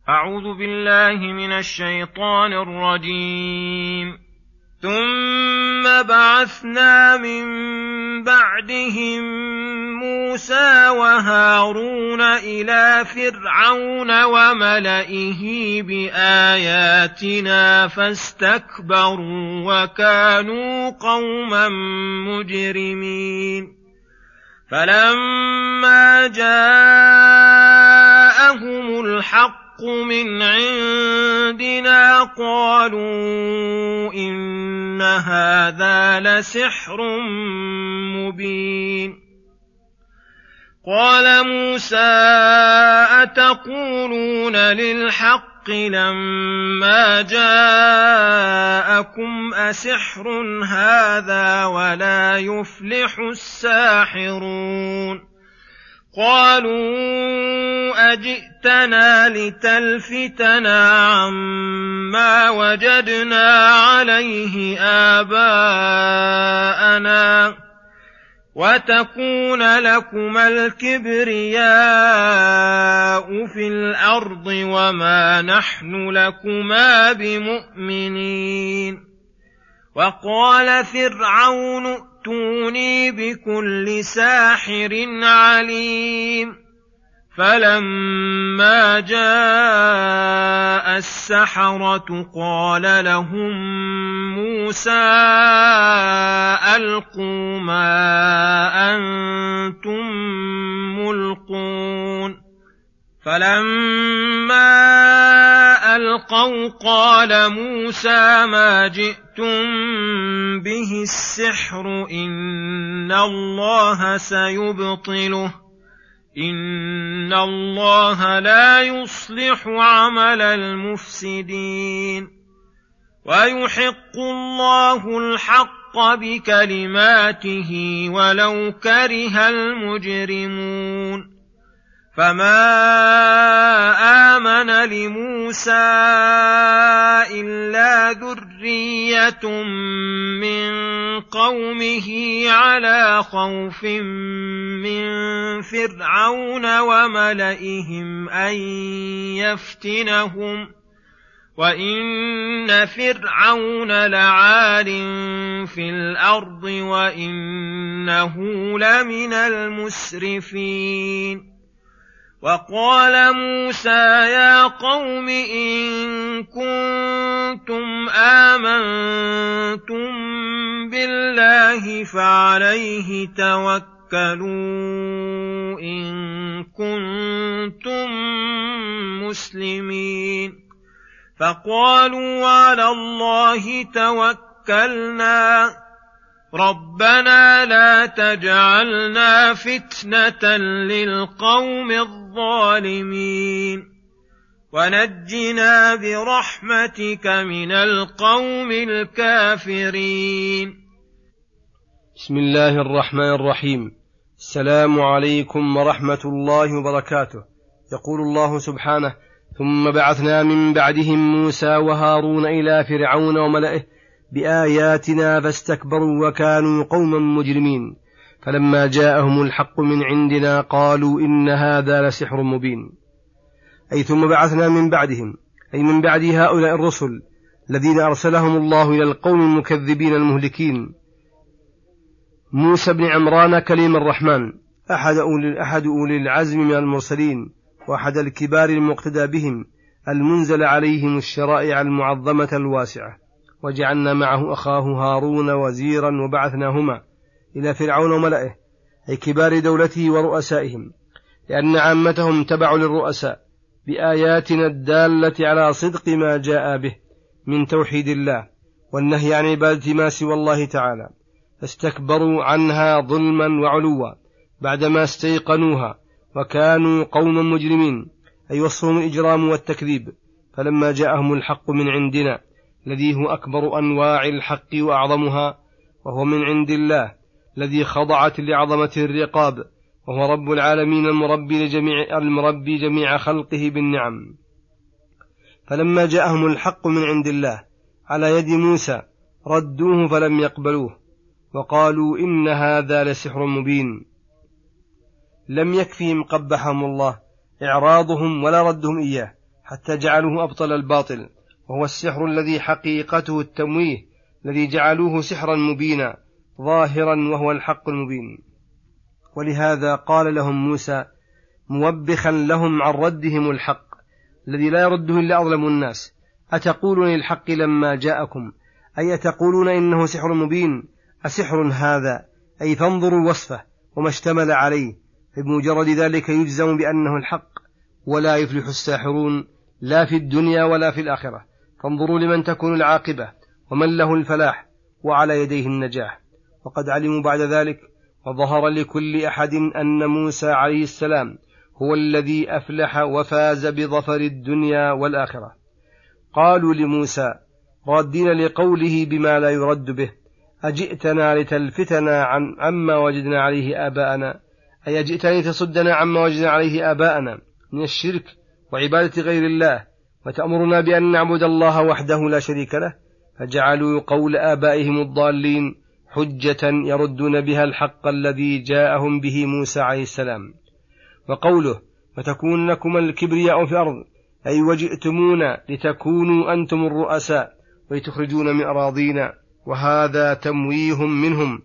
أعوذ بالله من الشيطان الرجيم. ثم بعثنا من بعدهم موسى وهارون إلى فرعون وملئه بآياتنا فاستكبروا وكانوا قوما مجرمين. فلما جاءهم الحق من عندنا قالوا إن هذا لسحر مبين. قال موسى أتقولون للحق لما جاءكم أسحر هذا ولا يفلح الساحرون. قالوا أجئتنا لتلفتنا عما وجدنا عليه آباءنا وتكون لكما الكبرياء في الأرض وما نحن لكما بمؤمنين. وقال فرعون ائتوني بكل ساحر عليم. فلما جاء السحرة قال لهم موسى ألقوا ما أنتم ملقون. فلما ألقوا قال موسى ما جئتم به السحر إن الله سيبطله إن الله لا يصلح عمل المفسدين. ويحق الله الحق بكلماته ولو كره المجرمون. فما آمن لموسى إلا ذرية من قومه على خوف من فرعون وملئهم أن يفتنهم وإن فرعون لعال في الأرض وإنه لمن المسرفين. وقال موسى يا قوم إن كنتم آمنتم بالله فعليه توكلوا إن كنتم مسلمين. فقالوا على الله توكلنا ربنا لا تجعلنا فتنة للقوم الظالمين ونجنا برحمتك من القوم الكافرين. بسم الله الرحمن الرحيم. السلام عليكم ورحمة الله وبركاته. يقول الله سبحانه ثم بعثنا من بعدهم موسى وهارون إلى فرعون وملئه بآياتنا فاستكبروا وكانوا قوما مجرمين. فلما جاءهم الحق من عندنا قالوا إن هذا لسحر مبين. أي ثم بعثنا من بعدهم أي من بعد هؤلاء الرسل الذين أرسلهم الله إلى القوم المكذبين المهلكين موسى بن عمران كليم الرحمن أحد أولي العزم من المرسلين وأحد الكبار المقتدى بهم المنزل عليهم الشرائع المعظمة الواسعة. وجعلنا معه أخاه هارون وزيرا وبعثناهما إلى فرعون وملئه أي كبار دولته ورؤسائهم لأن عامتهم تبع للرؤساء بآياتنا الدالة على صدق ما جاء به من توحيد الله والنهي عن عبادة ما سوى الله تعالى. فاستكبروا عنها ظلما وعلوا بعدما استيقنوها وكانوا قوما مجرمين أي وصفهم الإجرام والتكذيب. فلما جاءهم الحق من عندنا الذي هو أكبر أنواع الحق وأعظمها وهو من عند الله الذي خضعت لعظمة الرقاب وهو رب العالمين المربي جميع خلقه بالنعم. فلما جاءهم الحق من عند الله على يد موسى ردوه فلم يقبلوه وقالوا إن هذا لسحر مبين. لم يكفهم قبحهم الله إعراضهم ولا ردهم إياه حتى جعلوه أبطل الباطل، وهو السحر الذي حقيقته التمويه، الذي جعلوه سحرا مبينا ظاهرا وهو الحق المبين. ولهذا قال لهم موسى موبخا لهم عن ردهم الحق الذي لا يرده إلا أظلم الناس: أتقولون للحق لما جاءكم، أي أتقولون إنه سحر مبين، أسحر هذا؟ أي فانظروا وصفه وما اشتمل عليه، فبمجرد ذلك يجزم بأنه الحق، ولا يفلح الساحرون لا في الدنيا ولا في الآخرة. فانظروا لمن تكون العاقبة ومن له الفلاح وعلى يديه النجاح. وقد علموا بعد ذلك وظهر لكل أحد أن موسى عليه السلام هو الذي أفلح وفاز بظفر الدنيا والآخرة. قالوا لموسى رادين لقوله بما لا يرد به: أجئتنا لتلفتنا عما وجدنا عليه آباءنا، أي أجئتنا لتصدنا عما وجدنا عليه آباءنا من الشرك وعبادة غير الله، وتأمرنا بأن نعبد الله وحده لا شريك له. فجعلوا قول آبائهم الضالين حجة يردون بها الحق الذي جاءهم به موسى عليه السلام. وقوله وتكون لكم الكبرياء في الأرض، أي وجئتمونا لتكونوا أنتم الرؤساء ولتخرجون من أراضينا، وهذا تمويه منهم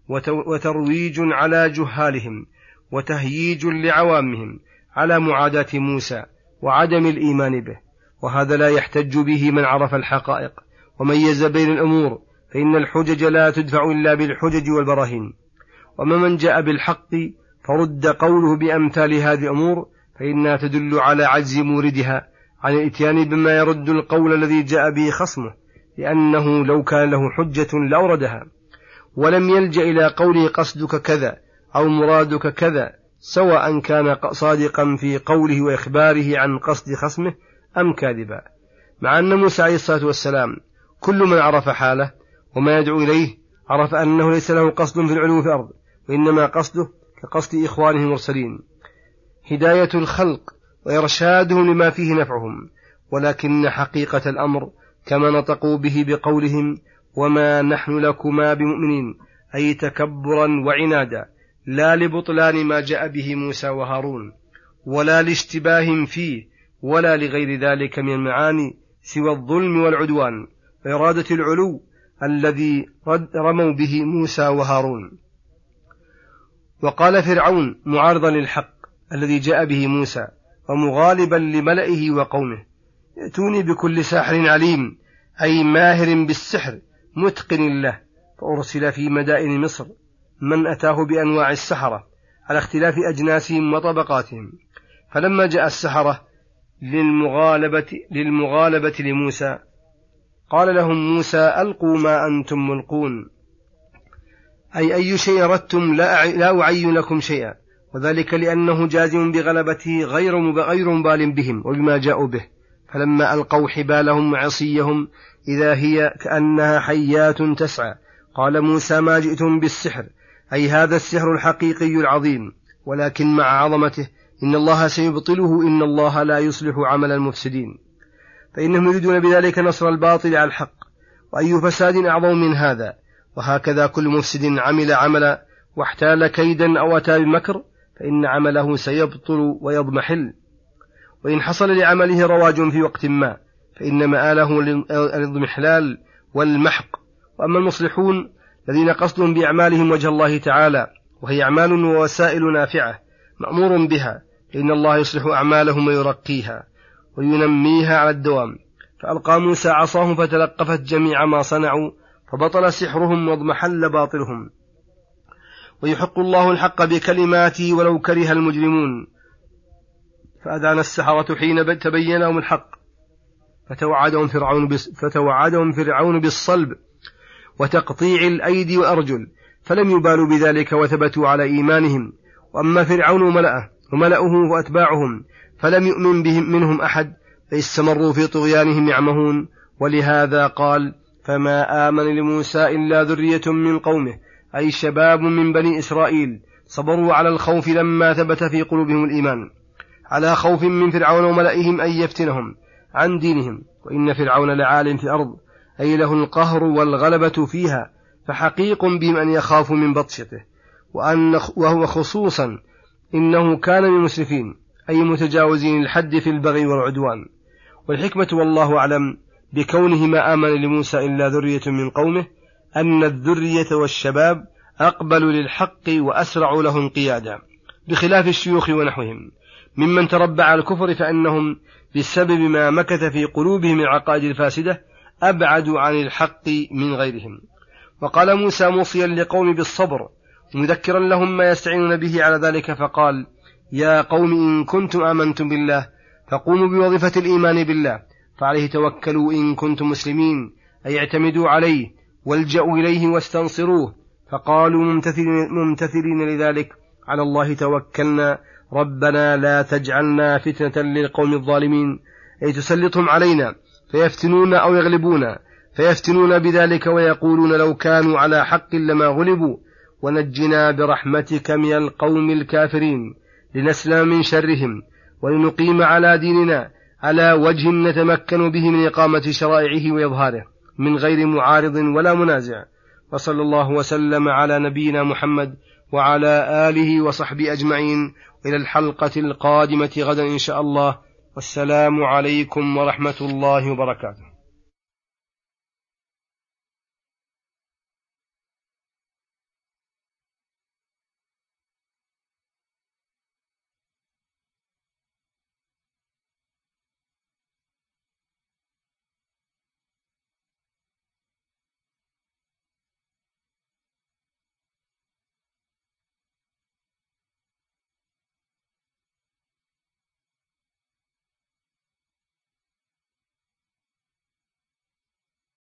وترويج على جهالهم وتهييج لعوامهم على معاداة موسى وعدم الإيمان به. وهذا لا يحتج به من عرف الحقائق وميز بين الأمور، فإن الحجج لا تدفع إلا بالحجج والبراهين. وما من جاء بالحق فرد قوله بأمثال هذه الأمور فإنها تدل على عجز موردها عن الإتيان بما يرد القول الذي جاء به خصمه، لأنه لو كان له حجة لأوردها، ولم يلجأ إلى قوله قصدك كذا أو مرادك كذا، سواء كان صادقا في قوله وإخباره عن قصد خصمه أم كاذبا. مع أن موسى عليه الصلاة والسلام كل من عرف حاله وما يدعو إليه عرف أنه ليس له قصد في العلو في الأرض، وإنما قصده كقصد إخوانه المرسلين: هداية الخلق وإرشادهم لما فيه نفعهم. ولكن حقيقة الأمر كما نطقوا به بقولهم وما نحن لكما بمؤمنين، أي تكبرا وعنادا، لا لبطلان ما جاء به موسى وهارون، ولا لاشتباه فيه، ولا لغير ذلك من المعاني سوى الظلم والعدوان وإرادة العلو الذي رموا به موسى وهارون. وقال فرعون معارضا للحق الذي جاء به موسى ومغالبا لملئه وقومه: ائتوني بكل ساحر عليم، أي ماهر بالسحر متقن له. فأرسل في مدائن مصر من أتاه بأنواع السحرة على اختلاف أجناسهم وطبقاتهم. فلما جاء السحرة للمغالبة لموسى قال لهم موسى ألقوا ما أنتم ملقون، أي شيء أردتم لا أعين لكم شيئا، وذلك لأنه جازم بغلبته غير مبال بهم وبما جاءوا به. فلما ألقوا حبالهم وعصيهم إذا هي كأنها حيات تسعى. قال موسى ما جئتم بالسحر، أي هذا السحر الحقيقي العظيم، ولكن مع عظمته إن الله سيبطله، إن الله لا يصلح عمل المفسدين. فإنهم يريدون بذلك نصر الباطل على الحق، وأي فساد أعظم من هذا. وهكذا كل مفسد عمل عملا واحتال كيدا أو أتى بمكر فإن عمله سيبطل ويضمحل. وإن حصل لعمله رواج في وقت ما فإن مآله الاضمحلال والمحق. وأما المصلحون الذين قصدهم بأعمالهم وجه الله تعالى، وهي أعمال ووسائل نافعة مأمور بها، فإن الله يصلح أعمالهم ويرقيها وينميها على الدوام. فألقى موسى عصاه فتلقفت جميع ما صنعوا فبطل سحرهم واضمحل باطلهم. ويحق الله الحق بكلماته ولو كره المجرمون. فأذعن السحرة حين تبين لهم الحق فتوعدهم فرعون بالصلب وتقطيع الأيدي والأرجل، فلم يبالوا بذلك وثبتوا على إيمانهم. وأما فرعون وملأه وأتباعهم فلم يؤمن بهم منهم أحد، فاستمروا في طغيانهم يعمهون. ولهذا قال فما آمن لموسى إلا ذرية من قومه، أي شباب من بني إسرائيل صبروا على الخوف لما ثبت في قلوبهم الإيمان، على خوف من فرعون وملئهم أن يفتنهم عن دينهم. وإن فرعون لعال في الأرض، أي له القهر والغلبة فيها، فحقيق بهم أن يخافوا من بطشته. وهو خصوصا إنه كان من المسرفين، أي متجاوزين الحد في البغي والعدوان. والحكمة والله أعلم بكونه ما آمن لموسى إلا ذرية من قومه أن الذرية والشباب أقبلوا للحق وأسرع له انقيادا، بخلاف الشيوخ ونحوهم ممن تربع على الكفر، فإنهم بسبب ما مكث في قلوبهم العقائد الفاسدة أبعدوا عن الحق من غيرهم. وقال موسى موصيا لقوم بالصبر مذكرا لهم ما يستعينون به على ذلك، فقال: يا قوم إن كنتم آمنتم بالله فقوموا بوظيفة الإيمان بالله، فعليه توكلوا إن كنتم مسلمين، أي اعتمدوا عليه والجأوا إليه واستنصروه. فقالوا ممتثلين لذلك: على الله توكلنا ربنا لا تجعلنا فتنة للقوم الظالمين، أي تسلطهم علينا فيفتنون أو يغلبون، فيفتنون بذلك ويقولون لو كانوا على حق لما غلبوا، ونجنا برحمتك من القوم الكافرين لنسلم من شرهم ولنقيم على ديننا على وجه نتمكن به من إقامة شرائعه وإظهاره من غير معارض ولا منازع. وصلى الله وسلم على نبينا محمد وعلى آله وصحبه أجمعين، إلى الحلقة القادمة غدا إن شاء الله، والسلام عليكم ورحمة الله وبركاته.